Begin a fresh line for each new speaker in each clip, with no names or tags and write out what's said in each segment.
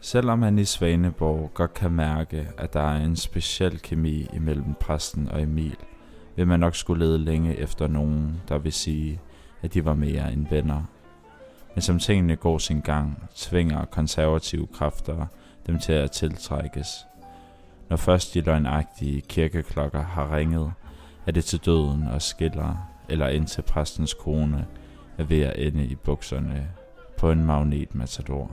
Selvom han i Svaneborg godt kan mærke, at der er en speciel kemi imellem præsten og Emil, vil man nok skulle lede længe efter nogen, der vil sige, at de var mere end venner. Men som tingene går sin gang, tvinger konservative kræfter dem til at tiltrækkes. Når først de løgnagtige kirkeklokker har ringet, er det til døden og skiller, eller indtil præstens kone er ved at ende i bukserne på en magnetmatador.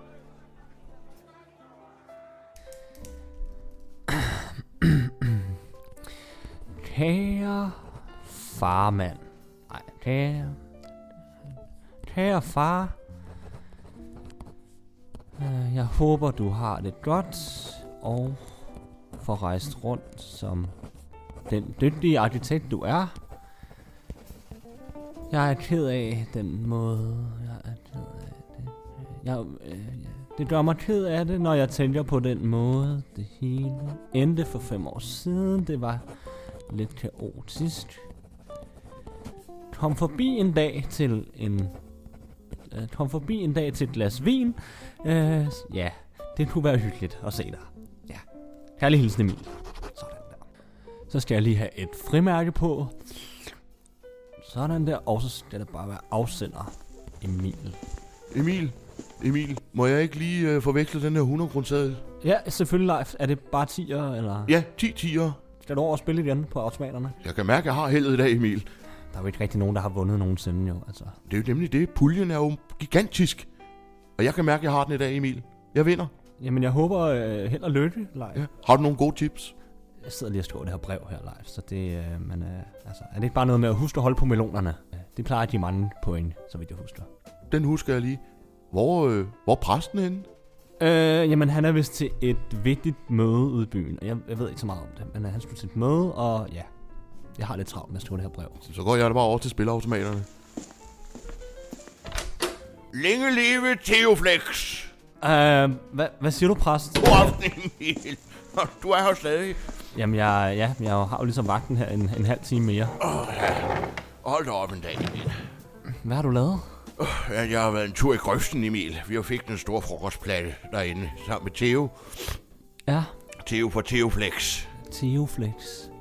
Kære farmand. Nej, kære far. Jeg håber, du har det godt og får rejst rundt som den dygtige arkitekt, du er. Jeg er ked af den måde. Det gør mig ked af det, når jeg tænker på den måde, det hele endte for 5 år siden. Det var lidt kaotisk. Kom forbi en dag til et glas vin. Ja, det kunne være hyggeligt at se dig. Ja. Kærlig hilsen, Emil. Sådan der. Så skal jeg lige have et frimærke på. Sådan der. Og så skal det bare være afsender.
Emil, må jeg ikke lige forveksle den her 100-kroneseddel?
Ja, selvfølgelig, Leif. Er det bare 10'er, eller?
Ja, 10 10'er.
Skal du over og spille igen på automaterne?
Jeg kan mærke, at jeg har heldet i dag, Emil.
Der er jo ikke rigtig nogen, der har vundet nogensinde, jo. Altså.
Det er jo nemlig det. Puljen er jo gigantisk. Og jeg kan mærke, at jeg har den i dag, Emil. Jeg vinder.
Jamen, jeg håber held og lykke, Leif.
Ja. Har du nogle gode tips?
Jeg sidder lige og skriver det her brev her, Leif. Så det, er det ikke bare noget med at huske at holde på melonerne? Det plejer de mange point, så vidt jeg husker.
Den husker jeg lige. Hvor er præsten henne?
Jamen, han er vist til et vigtigt møde ude i byen. Jeg ved ikke så meget om det, men han skulle til et møde, og ja, jeg har lidt travlt med at skrive det her brev.
Så går jeg da bare over til spilleautomaterne. Længe leve Theoflex!
Hvad siger du, præst?
God aften, Emil. Du er her stadig.
Jamen, jeg har jo ligesom vagten her en halv time mere.
Hold da op en dag, Emil.
Hvad har du lavet?
Jeg har været en tur i grøften, Emil. Vi har fik den store frokostplatte derinde sammen med Theo.
Ja.
Theo fra Theoflex.
Theoflex.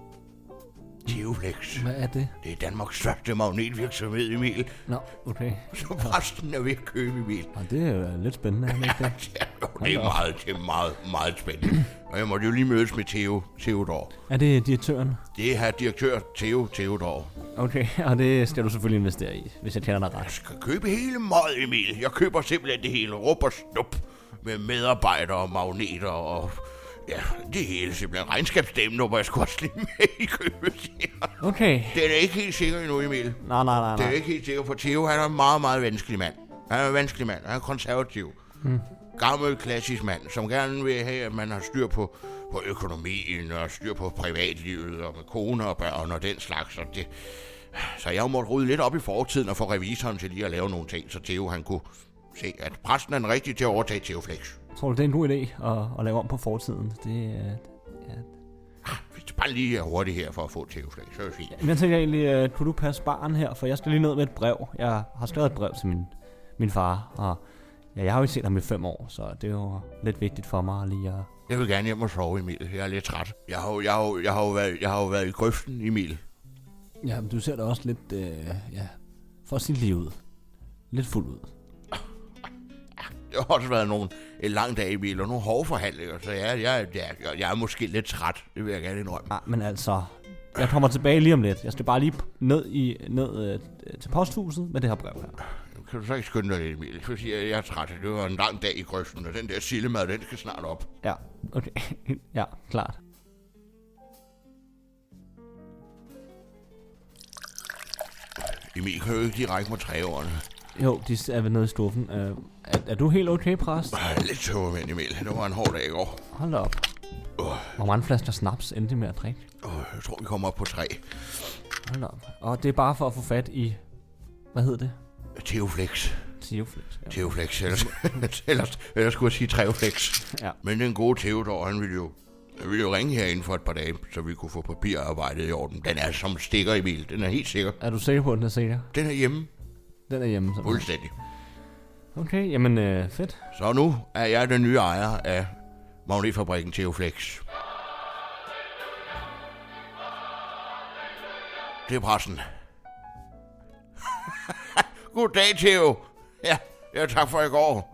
Theoflex.
Hvad er det?
Det er Danmarks største magnetvirksomhed, Emil.
Nå, okay.
Så præsten er ved at købe, Emil.
Og det er jo lidt spændende, er det ikke det?
Det er meget, meget spændende. Og jeg måtte jo lige mødes med Theodor.
Er det direktøren?
Det er direktør Theodor.
Okay, og det skal du selvfølgelig investere i, hvis jeg kender dig ret.
Jeg skal købe hele møget, Emil. Jeg køber simpelthen det hele. Rup og snup. Med medarbejdere og magneter og... Ja, det hele simpelthen. Regnskabsdæmmen, hvor jeg skulle også lige med i købet.
Okay.
Den er ikke helt sikker endnu, Emil.
Nej.
Det er ikke helt sikker, for Theo, han er en meget, meget vanskelig mand. Han er en vanskelig mand. Han er konservativ. Gammel, klassisk mand, som gerne vil have, at man har styr på økonomien og styr på privatlivet og med kone og børn og den slags. Og det. Så jeg måtte rydde lidt op i fortiden og få revisoren til lige at lave nogle ting, så Theo han kunne se, at præsten er den rigtige til at overtage Theoflex.
Tror du, det er en god idé at lave om på fortiden?
Hvis du bare lige er hurtig her for at få Theoflex, så er det fint.
Men jeg tænker egentlig, kunne du passe barn her? For jeg skal lige ned med et brev. Jeg har skrevet et brev til min far, og ja, jeg har jo ikke set ham i 5 år, så det er jo lidt vigtigt for mig lige at...
Jeg vil gerne hjem og sove, Emil. Jeg er lidt træt. Jeg har jo været i grøften, Emil.
Ja, men du ser da også lidt, for sit liv ud. Lidt fuld ud.
Det har også været en lang dag, Emil, og nogle hårde forhandlinger, så jeg er måske lidt træt. Det vil jeg gerne indrømme.
Ja, men altså, jeg kommer tilbage lige om lidt. Jeg skal bare lige ned til posthuset med det her brev her.
Kan du så ikke skynde dig lidt, Emil? For jeg er træt. Det var en lang dag i grøften, og den der sillemad, den skal snart op.
Ja, okay. Ja, klart.
Emil, kan du ikke lige række mig 3'erne?
Jo, de er ved nede i skuffen. Er du helt okay, præst?
Lidt tøvermænd, Emil. Det var en hård dag i går.
Hold da op. Hvor mange flasker snaps endte med at drikke?
Jeg tror, vi kommer op på 3.
Hold da op. Og det er bare for at få fat i... Hvad hedder det?
Theoflex.
Theoflex, ja.
Theoflex. Ellers skulle jeg sige Treoflex.
Ja. Men
den gode Theodor, han ville jo ringe her inden for et par dage, så vi kunne få papirarbejdet i orden. Den er som stikker, Emil. Den er helt sikker.
Er du sikker på, at den er sikker?
Den er hjemme.
Den er hjemme.
Fuldstændig.
Okay, jamen fedt.
Så nu er jeg den nye ejer af magnetfabrikken Theoflex. Det er præsten. Goddag, Theo. Ja, tak for i går.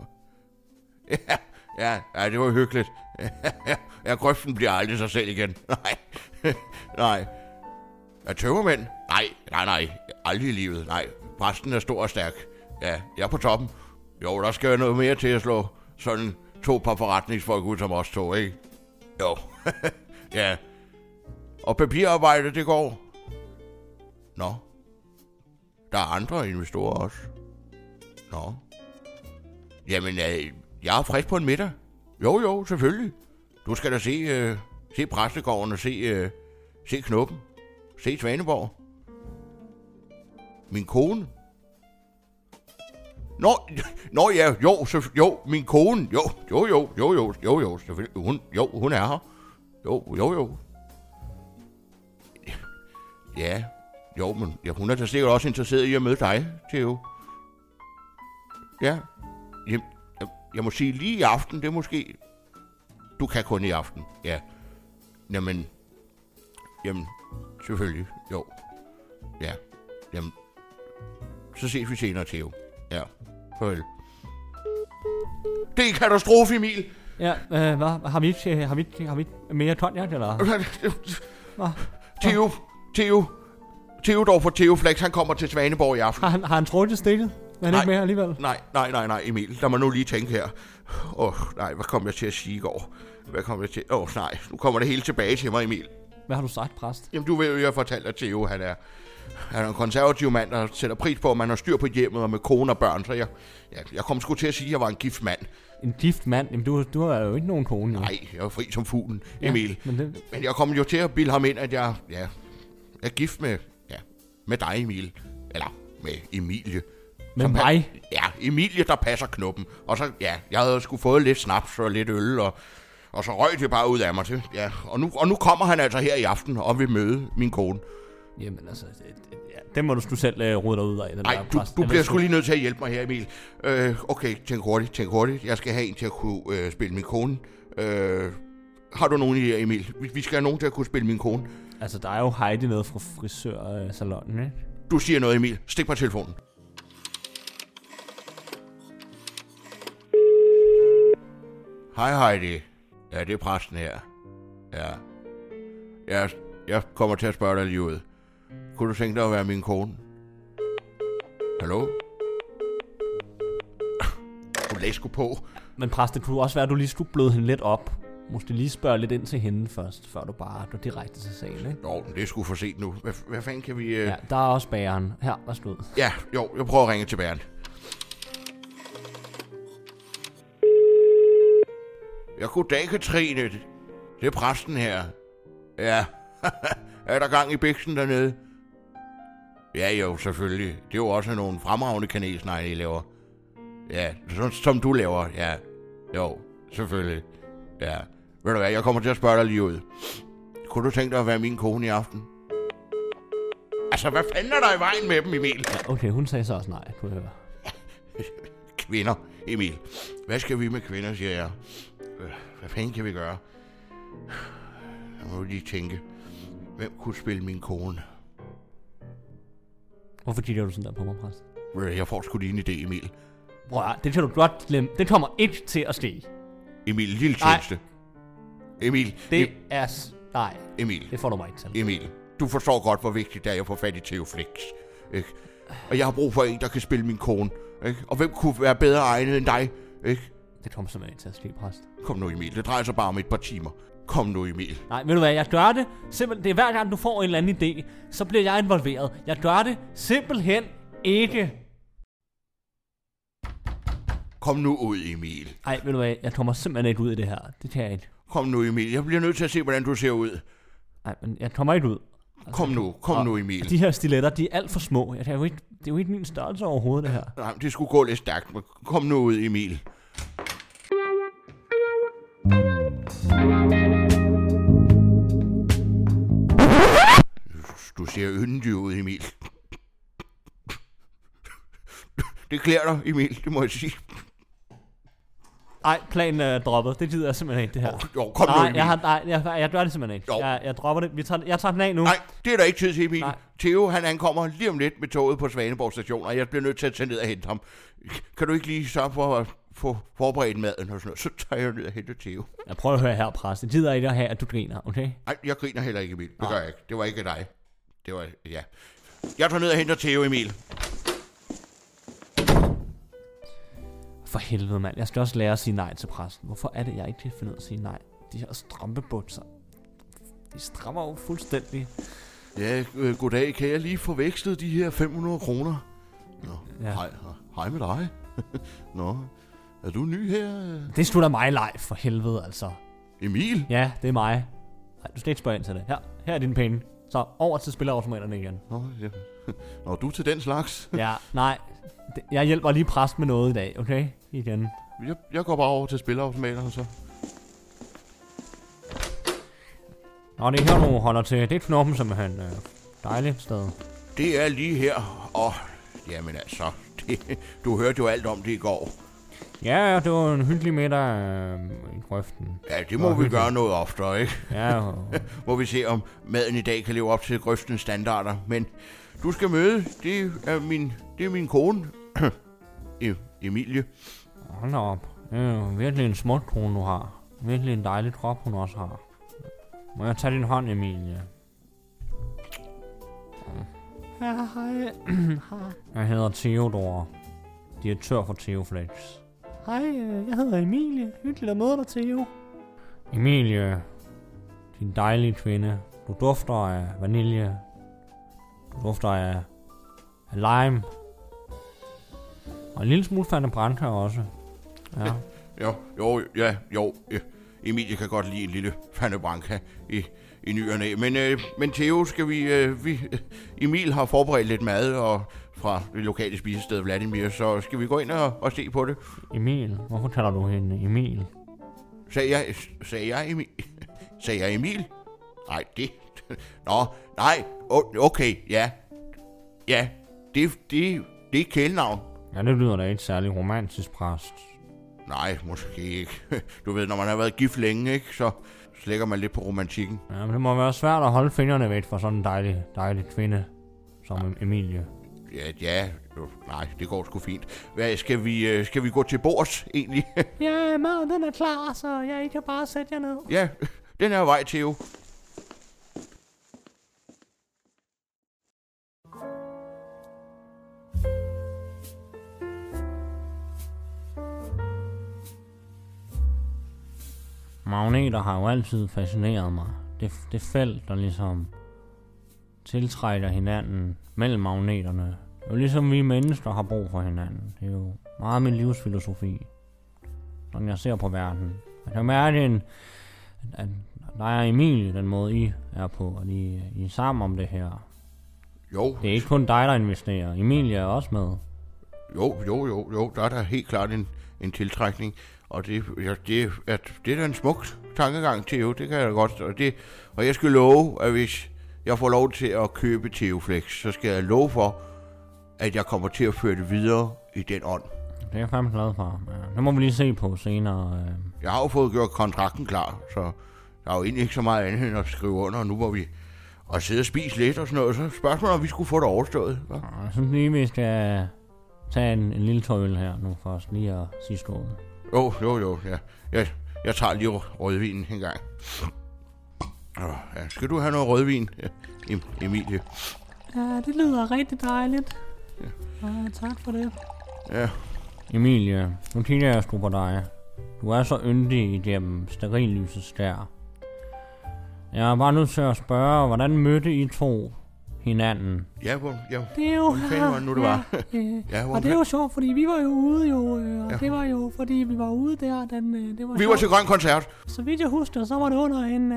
Ja, det var hyggeligt. Ja, grøften bliver aldrig sig selv igen. Nej. Er tømmermænd? Nej. Aldrig i livet. Nej, præsten er stor og stærk. Ja, jeg er på toppen. Jo, der skal noget mere til at slå sådan 2 par forretningsfolk ud som os 2, ikke? Jo. Ja. Og papirarbejde, det går. Nå. Der er andre investorer også. Nå. Jamen, jeg er frisk på en middag. Jo, selvfølgelig. Du skal da se præstegården og se Knuppen. Se Svaneborg. Min kone. Nå ja, jo, min kone. Jo, selvfølgelig. Hun er her. Jo. Ja, jo, men hun er da sikkert også interesseret i at møde dig, Theo. Ja, jeg må sige lige i aften, det er måske... Du kan kun i aften, ja. Jamen, selvfølgelig, jo. Ja, jamen, så ses vi senere, Theo. Ja, farvel. Det er en katastrofe, Emil.
Ja, hvad? Har vi mere konjak, eller?
Theodor fra Theoflex, han kommer til Svaneborg i aften.
Har han trådt i stikket? Men ikke mere alligevel?
Nej, Emil. Lad mig nu lige tænke her. Nej, hvad kom jeg til at sige i går? Nej, nu kommer det hele tilbage til mig, Emil.
Hvad har du sagt, præst?
Jamen, du ved jo, jeg har fortalt at Theo, han er en konservativ mand, der sætter pris på, at man har styr på hjemmet og med kone og børn. Så jeg kom sgu til at sige, at jeg var en gift mand.
En gift mand? Jamen, du har jo ikke nogen kone. Jo.
Nej, jeg er fri som fuglen, Emil.
Ja,
men jeg kom jo til at bilde ham ind, at jeg er gift med dig, Emil. Eller med Emilie.
Med mig?
Ja, Emilie, der passer Knuppen. Og så, jeg havde sgu fået lidt snaps og lidt øl, og så røg det bare ud af mig til. Ja, og nu kommer han altså her i aften og vil møde min kone.
Jamen altså, den må du selv rode dig ud af.
Nej, du bliver sgu lige nødt til at hjælpe mig her, Emil. Okay, tænk hurtigt. Jeg skal have en til at kunne spille min kone. Har du nogen idéer, Emil? Vi skal have nogen til at kunne spille min kone.
Altså, der er jo Heidi nede fra frisørsalonen, ikke?
Du siger noget, Emil. Stik på telefonen. Hej, Heidi. Ja, det er præsten her. Ja. Jeg kommer til at spørge dig lige ud. Kunne du tænke dig at være min kone? Hallo? Du læs sgu på.
Men præst, det kunne også være, at du lige skulle bløde hende lidt op. Måske lige spørge lidt ind til hende først, før du bare går direkte til sagen, ikke?
Jo, det er sgu for sent nu. Hvad fanden kan vi...
Ja, der er også bageren. Her, værsgo.
Ja, jo, jeg prøver at ringe til bageren. Ja, goddag, Katrine. Det er præsten her. Ja, er der gang i biksen dernede? Ja, jo, selvfølgelig. Det er jo også nogle fremragende kanelsnegle, I laver. Ja, som du laver, ja. Jo, selvfølgelig. Ja, ved du hvad, jeg kommer til at spørge dig lige ud. Kunne du tænke dig at være min kone i aften? Altså, hvad fanden er der i vejen med dem, Emil?
Ja, okay, hun sagde så også nej, kunne jeg høre.
Kvinder, Emil. Hvad skal vi med kvinder, siger jeg. Hvad fanden kan vi gøre? Jeg må lige tænke. Hvem kunne spille min kone?
Hvorfor kigger du sådan der på mig, præst?
Jeg får sgu lige en idé, Emil.
Bror, det kan du godt glemme. Det kommer ikke til at ske.
Emil, lille tjeneste. Emil.
Det er... Nej.
Emil.
Det får du mig ikke til.
Emil, du forstår godt, hvor vigtigt det er, at jeg får fat i Theoflex. Ikke? Og jeg har brug for en, der kan spille min kone. Ikke? Og hvem kunne være bedre egnet end dig? Ikke?
Det kommer simpelthen ikke til at ske, præst.
Kom nu, Emil. Det drejer sig bare om et par timer. Kom nu, Emil.
Nej, ved du hvad? Jeg gør det. Simpelthen, det er hver gang, du får en eller anden idé, så bliver jeg involveret. Jeg gør det simpelthen ikke.
Kom nu ud, Emil.
Nej, ved du hvad? Jeg kommer simpelthen ikke ud i det her. Det kan jeg ikke.
Kom nu, Emil. Jeg bliver nødt til at se, hvordan du ser ud.
Nej, men jeg kommer ikke ud. Altså,
kom nu, Emil.
De her stiletter, de er alt for små. Det er jo ikke min størrelse overhovedet, det her.
Nej, det skulle gå lidt stærkt. Kom nu ud, Emil. Du ser yndig ud, Emil. Det klæder dig, Emil, det må jeg sige.
Nej, planen er droppet. Det gider jeg simpelthen ikke, det her.
Jo, kom nu, Emil.
Jeg gør det simpelthen ikke. Jeg dropper det. Jeg tager den af nu.
Nej, det er der ikke tid til, Emil.
Nej.
Theo, han ankommer lige om lidt med toget på Svaneborg station, og jeg bliver nødt til at tage ned og hente ham. Kan du ikke lige sørge for at få forberedt maden og sådan noget? Så tager jeg ned og henter Theo.
Jeg prøver at høre her, præst. Jeg gider ikke at have, at du griner, okay?
Nej, jeg griner heller ikke, Emil. Det gør jeg ikke. Det var ikke dig. Det var, ja. Jeg tager ned og henter Theo, Emil.
For helvede, mand. Jeg skal også lære at sige nej til præsten. Hvorfor er det, jeg ikke kan finde ud af at sige nej? De her strømpebukser. De strammer jo fuldstændig.
Ja, goddag. Kan jeg lige forveksle de her 500 kroner? Nå, ja. Hej med dig. Nå, er du ny her?
Det slutter mig leg, for helvede, altså.
Emil?
Ja, det er mig. Nej, du skal ikke spørge ind til det. Her er dine penge. Så over til spillerautomaterne igen.
Nå, ja. Nå, du er til den slags.
Ja, nej. Jeg hjælper lige præst med noget i dag, okay? Igen.
Jeg går bare over til spillerautomaterne, så.
Nå, det er her, du holder til. Det er Knoppen, simpelthen. Dejligt sted.
Det er lige her. Jamen altså, du hørte jo alt om det i går.
Ja, det var en hyggelig middag i grøften.
Ja, det må vi gøre noget oftere, ikke?
Ja.
Må vi se, om maden i dag kan leve op til grøftens standarder. Men du skal møde, det er min kone, Emilie.
Hold da op. Det er jo virkelig en smuk kone, du har. Virkelig en dejlig krop, hun også har. Må jeg tage din hånd, Emilie? Ja, hej. Jeg hedder Theodor. Direktør for Theoflex. Hej, jeg hedder Emilie. Hyggeligt at møde dig, Theo. Emilie, din dejlige kvinde. Du dufter af vanilje. Du dufter af lime. Og en lille smule Fanta Branca også. Ja. Jo. Emilie kan godt lide en lille Fanta Branca i ny og næ. Men Theo, skal vi Emil har forberedt lidt mad og fra det lokale spisested Vladimir, så skal vi gå ind og se på det. Emil? Hvorfor kalder du hende Emil? Sagde jeg Emil? Sagde jeg Emil? Nej, det... Nå, nej, okay, ja. Ja, det er kælenavn. Ja, det lyder da ikke særlig romantisk, præst. Nej, måske ikke. Du ved, når man har været gift længe, ikke, så slækker man lidt på romantikken. Ja, men det må være svært at holde fingrene væk for sådan en dejlig kvinde som Emilie. Ja, nej, det går sgu fint. Skal vi gå til bords, egentlig? Ja, maden den er klar, så I kan bare sætte jer ned. Ja, den er vej, Theo. Magneter har jo altid fascineret mig. Det felt, der ligesom tiltrækker hinanden mellem magneterne. Det er jo ligesom vi mennesker har brug for hinanden. Det er jo meget min livsfilosofi. Sådan jeg ser på verden. Jeg kan mærke, at der er Emilie, den måde I er på, og I er sammen om det her. Jo. Det er ikke kun dig, der investerer. Emilie er også med. Jo. Der er der helt klart en tiltrækning. Og det er da en smuk tankegang, Theo. Det kan jeg da godt. Og jeg skal love, at hvis jeg får lov til at købe Theoflex, så skal jeg love for, at jeg kommer til at føre det videre i den ånd. Det er jeg fandme glad for. Ja, det må vi lige se på senere. Jeg har jo fået gjort kontrakten klar, så der er jo egentlig ikke så meget andet end at skrive under. Og nu må vi sidde og spise lidt og sådan noget. Så spørgsmålet om vi skulle få det overstået. Ja, jeg synes lige, vi skal tage en lille tøjøl her nu for os lige at sige stået. Jo. Ja. Jeg tager lige rødvinen en gang. Ja. Skal du have noget rødvin, Emilie? Ja, det lyder rigtig dejligt. Ja, tak for det. Ja. Emilie, nu kigger jeg sgu på dig. Du er så yndig igennem sterillysets skær. Jeg er bare nødt til at spørge, hvordan mødte I to hinanden? Ja, det er jo... Hvor nu det var. Og det er jo sjovt, fordi vi var jo ude og det var jo, fordi vi var ude der, det var vi sjovt. Var til Grøn Koncert. Så vidt jeg husker, så var det under en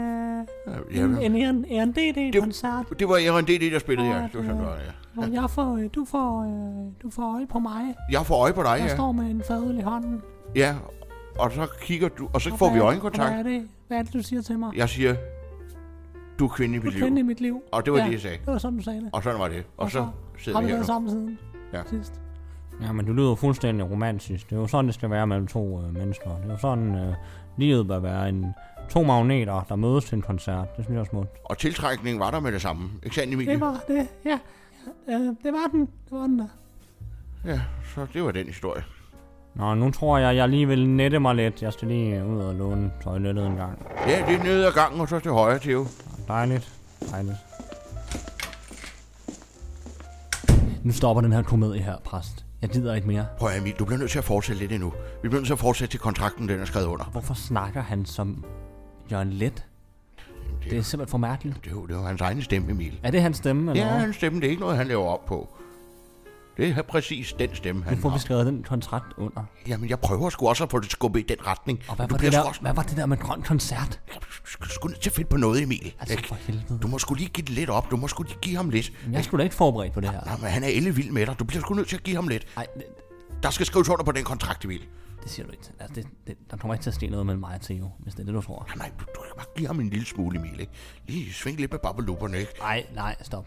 RNDD-koncert. Det var RNDD, der spillede, ja. Det var sådan, ja. Og du får øje på mig. Jeg får øje på dig, ja. Jeg står med en fadøl i hånden. Ja, og så kigger du, og så får vi øjenkontakt. Hvad er det, du siger til mig? Jeg siger... Du er kvinde i mit liv. Og det var det, jeg sagde. Det var sådan, du sagde det. Og sådan var det. Og så sidder vi her nu. Har vi været sammen siden sidst? Ja, men du lyder fuldstændig romantisk. Det er jo sådan, det skal være mellem to mennesker. Det er jo sådan, livet bør være to magneter, der mødes til en koncert. Det synes jeg er smukt.
Og tiltrækningen var der med det samme. Ikke sandt, Emilie?
Det var det, ja. Det var den der.
Ja, så det var den historie.
Nå, nu tror jeg lige vil nette mig lidt. Jeg skal lige ud og låne toilettet en gang.
Ja, det er nede ad gangen, og så til højre, Theo.
Dejligt. Nu stopper den her komedie her, præst. Jeg gider ikke mere.
Prøv Emil, du bliver nødt til at fortsætte lidt endnu. Vi bliver nødt til at fortsætte til kontrakten, den er skrevet under.
Hvorfor snakker han som Jørgen Leth? Det er simpelthen for mærkeligt.
Det er jo hans egen stemme, Emil.
Er det hans stemme, eller
Ja, hans stemme. Det er ikke noget, han laver op på. Det er præcis den stemme, han har.
Nu får vi skrevet den kontrakt under.
Jamen, jeg prøver sgu også at få det skubbet i den retning.
Og hvad var det der med grøn koncert?
Du skal sgu nødt til at finde på noget, Emil.
Altså, for helvede.
Du må sgu lige give det lidt op. Du må sgu lige give ham lidt.
Jeg skulle da ikke forberedt på det her.
Nej, men han er ellevild med dig. Du bliver sgu nødt til at give ham lidt.
Ej,
Der skal skrives under på den kontrakt, Emil.
Det siger du ikke. Altså, der kommer ikke til at ske noget mellem mig og Theo, hvis det er det, du tror.
Nej, du skal bare give ham en lille smule, Emil, ikke? Lige sving lidt med babbelupperne, ikke?
Nej, stop.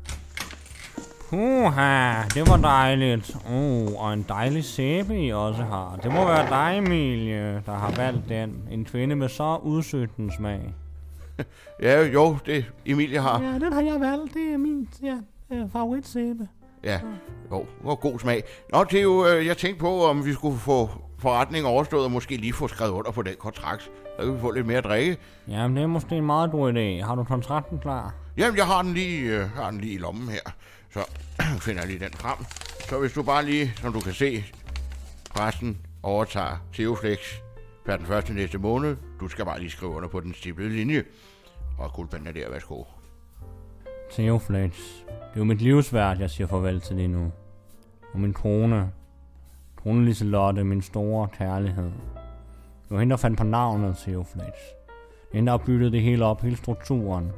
Puha, det var dejligt. Og en dejlig sæbe, I også har. Det må være dig, Emilie, der har valgt den. En kvinde med så udsøgtende smag.
Ja, jo, det Emilie har.
Ja, den har jeg valgt. Det er min favoritsæbe.
Ja, jo, hvor god smag. Nå, Theo, jeg tænkte på, om vi skulle få forretningen overstået, og måske lige få skrevet under på den kontrakt. Så kan vi få lidt mere at drikke.
Jamen, det er måske en meget god idé. Har du kontrakten klar?
Jamen, jeg har den lige i lommen her. Så finder jeg lige den frem. Så hvis du bare lige, som du kan se, præsten overtager Theoflex per den første næste måned. Du skal bare lige skrive under på den stiplede linje. Og guldbanden er der, værsgo.
Theoflex. Det er jo mit livsværk, jeg siger farvel til lige nu. Og min kone Liselotte, min store kærlighed. Det var hende, der fandt på navnet Theoflex. Hende, der byttede det hele op, hele strukturen.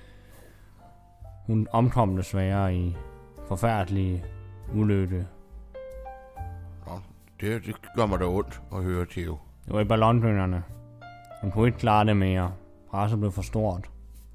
Hun omkom desværre i forfærdelige ulykke.
Nå, det gør mig da ondt at høre, Theo.
Det var i ballondønnerne. Hun kunne ikke klare det mere. Presset blev for stort.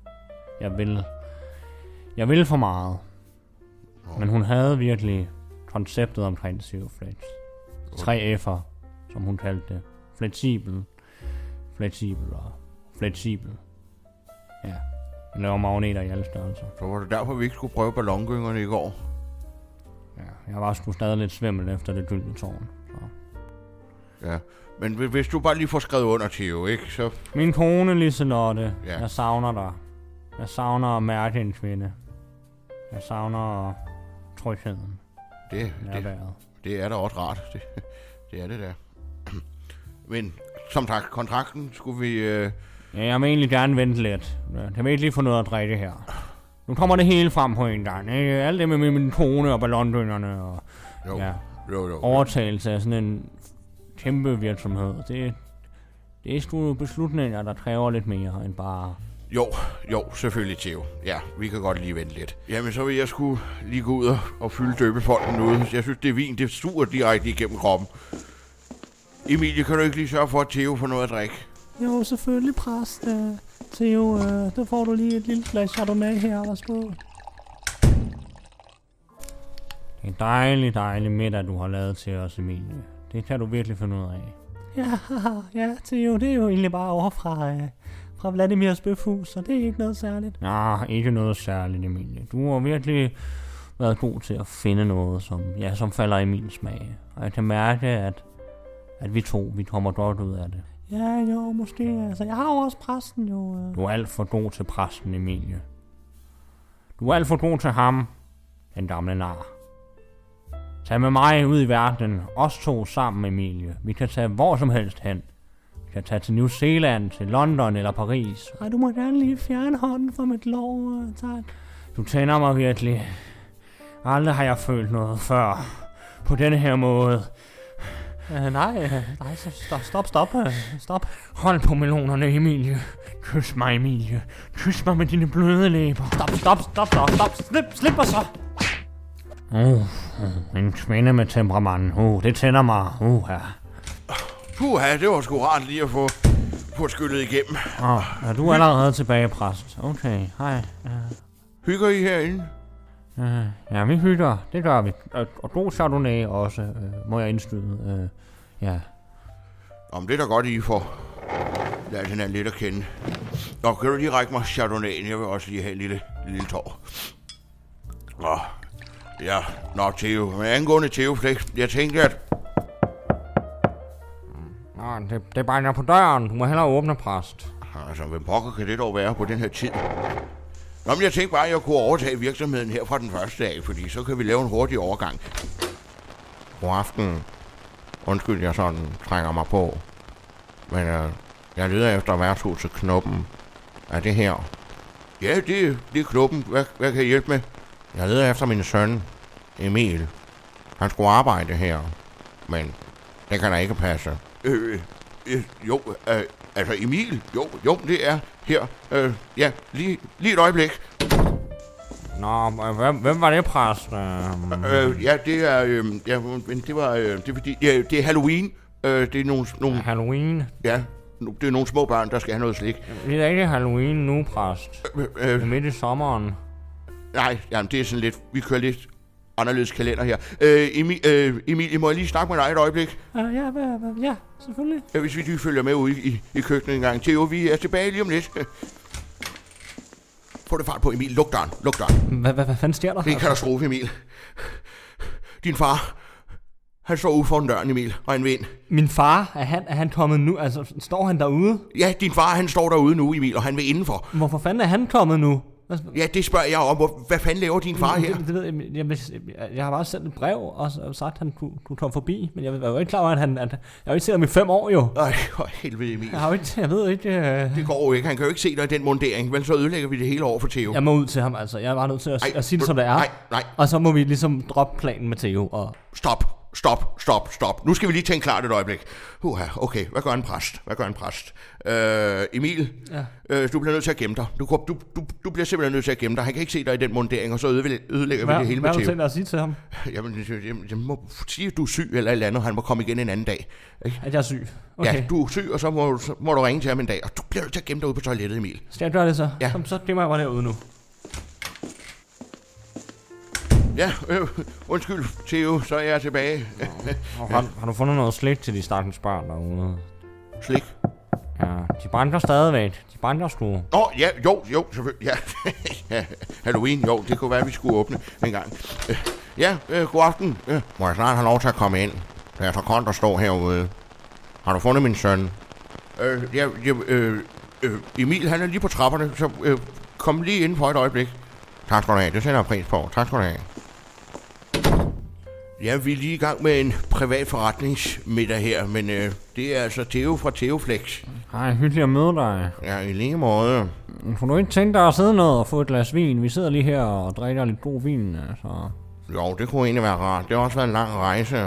Jeg ville for meget.
Nå.
Men hun havde virkelig konceptet omkring Theoflex. 3 F'er, som hun kaldte det. Fleksibel og fleksibel. Ja, hun laver magneter i alle størrelser.
Så var det derfor, vi ikke skulle prøve ballongyngerne i går.
Ja, jeg var sgu stadig lidt svimmel efter det gyldne tårn. Så.
Ja, men hvis du bare lige får skrevet under, Theo, ikke? Så...
Min kone, Liselotte.
Ja.
Jeg savner dig. Jeg savner at mærke en kvinde. Jeg savner trygheden.
Det er da også rart. Det er det der. Men som sagt, kontrakten skulle vi...
Ja, jeg vil egentlig gerne vente lidt. Jeg vil ikke lige få noget at drikke her. Nu kommer det hele frem på en gang. Ikke? Alt det med min kone og ballondønnerne og
Jo.
overtagelse af sådan en kæmpe virksomhed. Det er sgu beslutninger, der kræver lidt mere end bare...
Jo, selvfølgelig, Theo. Ja, vi kan godt lige vente lidt. Jamen, så vil jeg sgu lige gå ud og fylde døbefolden ude. Jeg synes, det er vin, det suger direkte igennem kroppen. Emilie, kan du ikke lige sørge for, at Theo får noget at drikke?
Jo, selvfølgelig, præst. Theo, der får du lige et lille glas Chardonnay her, værsgo. Det er en dejlig middag, du har lavet til os, Emilie. Det kan du virkelig finde ud af. Ja, Theo, det er jo egentlig bare over fra Vladimirs bøfhus, så det er ikke noget særligt. Nej, ikke noget særligt, Emilie. Du har virkelig været god til at finde noget, som falder i min smag. Og jeg kan mærke, at vi kommer godt ud af det. Ja, jo, måske. Altså, jeg har jo også præsten, jo. Du er alt for god til præsten, Emilie. Du er alt for god til ham, den gamle nar. Tag med mig ud i verden, os to sammen, Emilie. Vi kan tage hvor som helst hen. Vi kan tage til New Zealand, til London eller Paris. Ej, du må gerne lige fjerne hånden fra mit lår, tak. Du tænder mig virkelig. Aldrig har jeg følt noget før. På denne her måde. Nej, stop. Hold på melonerne, Emilie. Kys mig, Emilie. Kys mig med dine bløde læber. Stop. Slip mig så. En kvinde med temperament. Det tænder mig. Ja.
Puha, det var sgu rart lige at få skyllet igennem.
Er du allerede tilbage, præst? Okay, hej.
Hygger I herinde?
Ja, vi hygger. Det gør vi. Og god chardonnay også, må jeg indskyde. Ja.
Om det er da godt, I får ladet den her lidt at kende. Nå, kan du lige række mig chardonnayen? Jeg vil også lige have en lille tår. Nå, ja, nå Theo. Men angående Theo Flex, jeg tænkte, at...
Nå, det banker på døren. Du må hellere åbne, præst.
Altså, hvem pokker kan det dog være på den her tid? Nå, men jeg tænkte bare, at jeg kunne overtage virksomheden her fra den første dag, fordi så kan vi lave en hurtig overgang. God aften. Undskyld, jeg sådan trænger mig på. Men jeg leder efter værtshuset Knuppen. Er det her? Ja, det er Knuppen. Hvad kan jeg hjælpe med? Jeg leder efter min søn, Emil. Han skulle arbejde her, men det kan da ikke passe. Altså Emil? Jo, det er her. Ja, lige et øjeblik.
Nå, hvem var det, præst?
Ja, det er... det er fordi... Ja, det er Halloween. Det er nogle...
Halloween?
Ja, det er nogle små børn, der skal have noget slik.
Det er ikke Halloween nu, præst. Det er midt i sommeren.
Nej, jamen det er sådan lidt... Vi kører lidt anderledes kalender her. Emil, må jeg lige snakke med dig et øjeblik?
Ja, selvfølgelig.
Hvis vi lige følger med ude i køkkenet en gang. Theo, vi er tilbage lige om lidt. Få det fart på, Emil. Luk døren.
Hvad fanden sker der?
Det er en katastrofe, Emil. Din far, han står ude foran døren, Emil, og en vind.
Min far? Er han kommet nu? Altså, står han derude?
Ja, din far, han står derude nu, Emil, og han vil indenfor.
Hvorfor fanden er han kommet nu?
Ja, det spørger jeg om. Hvad fanden laver din far her?
Det ved jeg har bare sendt et brev og sagt, at han kunne komme forbi. Men jeg var jo ikke klar over, at jeg har jo ikke set ham i 5 år jo.
Ej, helvede, Emil.
Jeg ved ikke...
Det går jo ikke. Han kan jo ikke se dig i den mundering. Vel, så ødelægger vi det hele over for Theo.
Jeg må ud til ham, altså. Jeg er bare nødt til at sige det, som det er.
Nej.
Og så må vi ligesom droppe planen med Theo. Og...
Stop. Nu skal vi lige tænke klart et øjeblik. Okay, hvad gør en præst? Emil, ja. Du bliver nødt til at gemme dig. Du bliver simpelthen nødt til at gemme dig. Han kan ikke se dig i den mundering, og så ødelægger vi det hele med Theo.
Hvad har du tænkt dig at sige til ham?
Jeg må sige, at du er syg eller et eller andet, og han må komme igen en anden dag. Ikke?
At jeg er syg? Okay.
Ja, du er syg, og så må du ringe til ham en dag, og du bliver nødt til at gemme dig ude på toilettet, Emil.
Skal jeg gøre det så?
Ja.
Så gemmer jeg bare derude nu.
Ja, undskyld, Theo, så er jeg tilbage.
Har du fundet noget slik til de stakkels børn derude?
Slik?
Ja, de banker stadigvæk. De banker sgu.
Ja, jo, selvfølgelig. Ja. Halloween, jo, det kunne være, at vi skulle åbne en gang. God aften. Må jeg snart have lov til at komme ind? Der er så koldt at stå herude. Har du fundet min søn? Emil, han er lige på trapperne, så kom lige ind for et øjeblik. Tak skal du have, det sætter jeg pris på. Tak skal du have. Ja, vi er lige i gang med en privat forretningsmiddag her, men det er altså Theo fra Theoflex.
Hej, hyggeligt at møde dig.
Ja, i lige måde.
Kunne du ikke tænke dig at sidde ned og få et glas vin? Vi sidder lige her og drikker lidt god vin, altså.
Jo, det kunne egentlig være rart. Det har også været en lang rejse.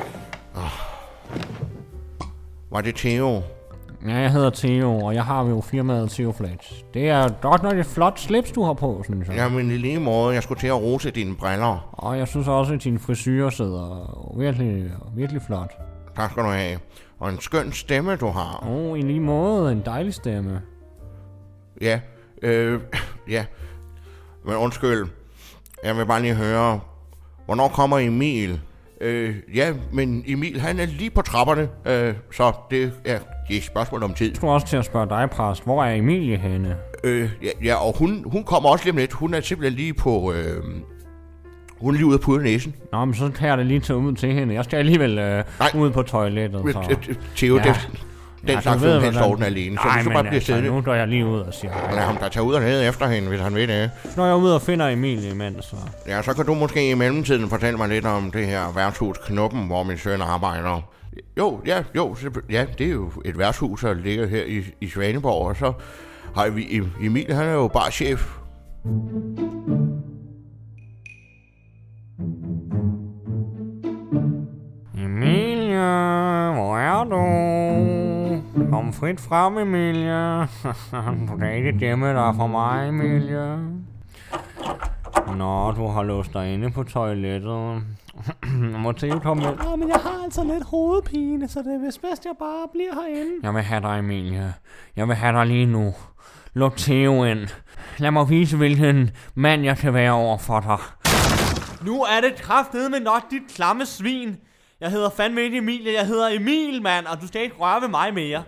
Var det Theo?
Ja, jeg hedder Theo, og jeg har jo firmaet Theoflex. Det er godt nok et flot slips, du har på, synes jeg.
Jamen i lige måde, jeg skulle til at rose dine briller.
Og jeg synes også, at din frisyr sidder virkelig flot.
Tak skal du have. Og en skøn stemme, du har.
I lige måde, en dejlig stemme.
Ja, ja. Men undskyld, jeg vil bare lige høre, hvornår kommer Emil? Ja, men Emil, han er lige på trapperne, så det er et spørgsmål om tid.
Jeg skulle også til at spørge dig, præst. Hvor er Emilie henne?
Ja, og hun kommer også lige om lidt. Hun er simpelthen lige på... hun er lige ude af pudre næsen.
Nå, men så tager jeg det lige til hende. Jeg skal alligevel ud på toilettet. Så.
Theo, ja. Den slags vil helst ordne alene, så du skal bare blive siddende.
Nu går jeg lige ud og siger hej.
Lad ham da tage ud og ned efter hende, hvis han vil det.
Når jeg er ude og finder Emilie imens, så...
Ja, så kan du måske i mellemtiden fortælle mig lidt om det her værtshus Knuppen, hvor min søn arbejder. Jo, det er jo et værtshus, der ligger her i Svaneborg, og så har vi Emil, han er jo bare chef.
Emilie, hvor er du? Kom frit frem, Emilie. Du kan ikke gemme dig fra mig, Emilie. Nå, du har låst dig inde på toilettet. Må Theo komme med? Men jeg har altså lidt hovedpine, så det er vist bedst, jeg bare bliver herinde. Jeg vil have dig, Emilie. Jeg vil have dig lige nu. Luk Theo ind. Lad mig vise, hvilken mand jeg kan være over for dig. Nu er det kraftedeme nok, dit klamme svin. Jeg hedder fandme ikke Emilie, jeg hedder Emil, mand, og du skal ikke røre ved mig mere.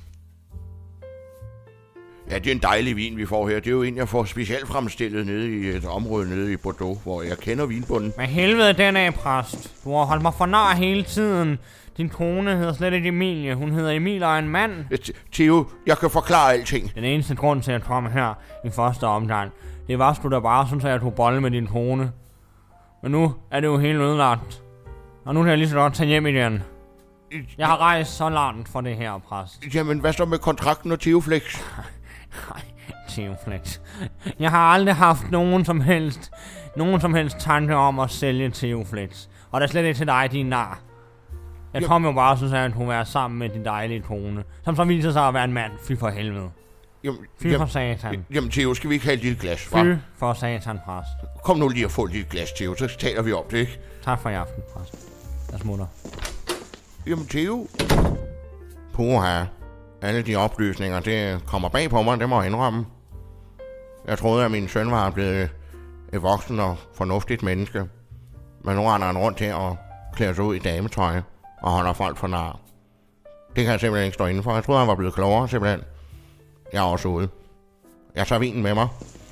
Ja, det er en dejlig vin, vi får her. Det er jo en, jeg får specielt fremstillet nede i et område nede i Bordeaux, hvor jeg kender vinbunden.
Hvad helvede den er, præst? Du har holdt mig for nar hele tiden. Din kone hedder slet ikke Emilie. Hun hedder Emil og er en mand.
Theo, jeg kan forklare alting.
Den eneste grund til, at jeg kom her i første omgang, det var sgu da bare sådan, at jeg tog bolle med din kone. Men nu er det jo helt ødelagt. Og nu kan jeg lige så godt tage hjem igen. Jeg har rejst så langt for det her, præst.
Jamen, hvad så med kontrakten og Theoflex?
Nej, Theoflex. Jeg har aldrig haft nogen som helst tanke om at sælge Theoflex. Og det er slet ikke til dig, din nar. Jeg kom jo bare og sagde, at hun var sammen med din dejlige kone, som så viser sig at være en mand. Fy for helvede. Fy for satan.
Jamen, Theo, skal vi ikke have et lille glas,
hva'? Fy for satan, præst.
Kom nu lige og få et lille glas, Theo, så taler vi om det, ikke?
Tak for i aften, præst. Jeg smutter.
Jamen, Theo. Puha. Alle de oplysninger, det kommer bag på mig, det må jeg indrømme. Jeg troede, at min søn var blevet et voksen og fornuftigt menneske. Men nu render han rundt her og klæder sig ud i dametøj og holder folk for nar. Det kan jeg simpelthen ikke stå inden for. Jeg troede, han var blevet klogere, simpelthen. Jeg er også ude. Jeg tager vinen med mig.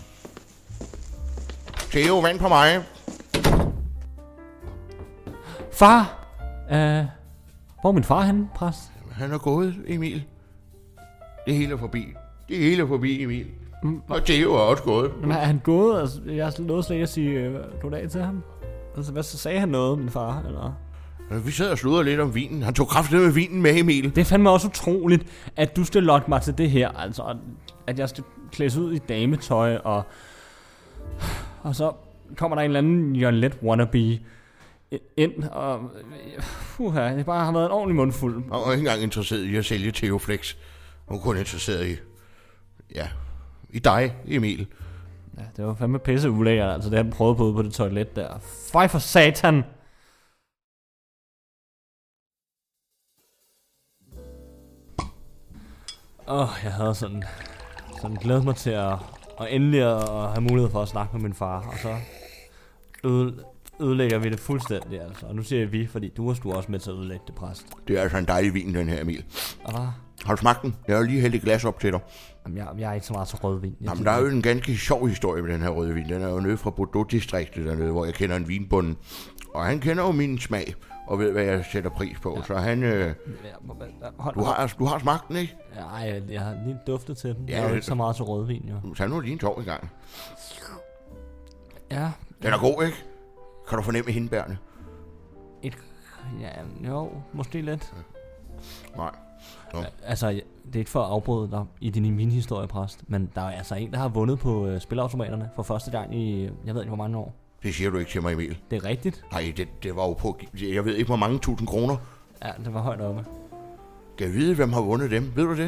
Theo, vent på mig.
Far! Hvor er min far henne, præst?
Han er gået, Emil. Det hele er forbi. Emil. Og Theo er også gået.
Men er han gået? Altså, jeg nåede slet ikke at sige goddag til ham. Altså, hvad så sagde han noget, min far, eller?
Vi sad og sludrede lidt om vinen. Han tog kraftigt med vinen med, Emil.
Det er fandme også utroligt, at du skal lokke mig til det her, altså. At jeg skal klædes ud i dametøj, og så kommer der en eller anden Jørgen Let wannabe ind, og det bare har været en ordentlig mundfuld.
Og ikke engang interesseret i at sælge Theoflex. Hun er kun interesseret i dig, Emil.
Ja, det var fandme pisse ulækkert, altså det har den prøvet på ude på det toilet der. Fej for satan! Jeg havde sådan glædet mig til at endelig at have mulighed for at snakke med min far, og så ødelægger vi det fuldstændig, altså. Og nu siger jeg vi, fordi du er også med til at ødelægge det, præst.
Det er altså en dejlig vin, den her, Emil. Har du smagt den? Jeg har lige hældt et glas op til dig.
Jamen, jeg er ikke så meget til rødvin.
Jamen, der er jo en ganske sjov historie med den her rødvin. Den er jo nede fra Bordeaux-distriktet dernede, hvor jeg kender en vinbunden. Og han kender jo min smag, og ved, hvad jeg sætter pris på. Ja. Så han... Du har smagt den, ikke?
Nej, jeg har lige duftet til den. Jeg er jo ikke så meget til rødvin, jo.
Tag nu lige en tår i gang.
Ja.
Den er god, ikke? Kan du fornemme hindbærne?
Jo, måske lidt.
Nej.
Altså, det er ikke for at afbryde dig i din historie, præst, men der er altså en, der har vundet på spilautomaterne for første gang i, jeg ved ikke hvor mange år.
Det siger du ikke til mig, Emil.
Det er rigtigt.
Nej, det var jo på, jeg ved ikke hvor mange 1000 kroner.
Ja, det var højt oppe.
Kan jeg vide, hvem har vundet dem? Ved du det?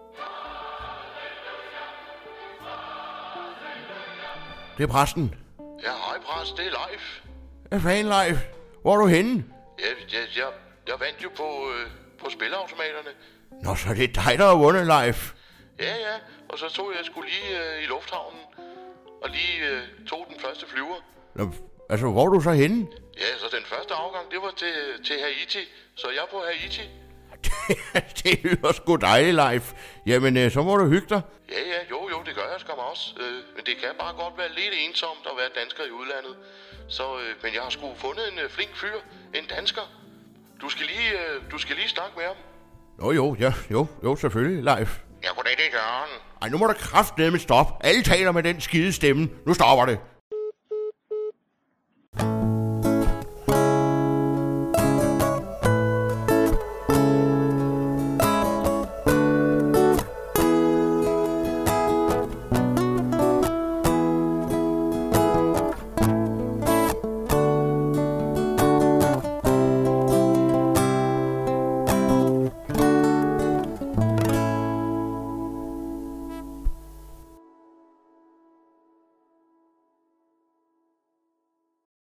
Det er præsten.
Ja, hej præst, det er live.
Hvad fanden live? Hvor er du henne?
Jeg vandt jo på spilautomaterne.
Nå, så det er dig, der har vundet live.
Ja, og så tog jeg sgu lige i lufthavnen, og lige tog den første flyver.
Nå, altså, hvor er du så henne?
Ja, så den første afgang, det var til Haiti, så jeg er på Haiti.
Det lyder sgu dejligt live. Jamen, så må du hygge dig.
Ja, jo, det gør jeg skam også. Men det kan bare godt være lidt ensomt at være dansker i udlandet. Så, men jeg har sgu fundet en flink fyr, en dansker. Du skal lige snakke med ham.
Jo, selvfølgelig, live.
Ja, goddag, det er Jørgen.
Ej, nu må der kraftedeme stoppe. Alle taler med den skide stemme. Nu stopper det.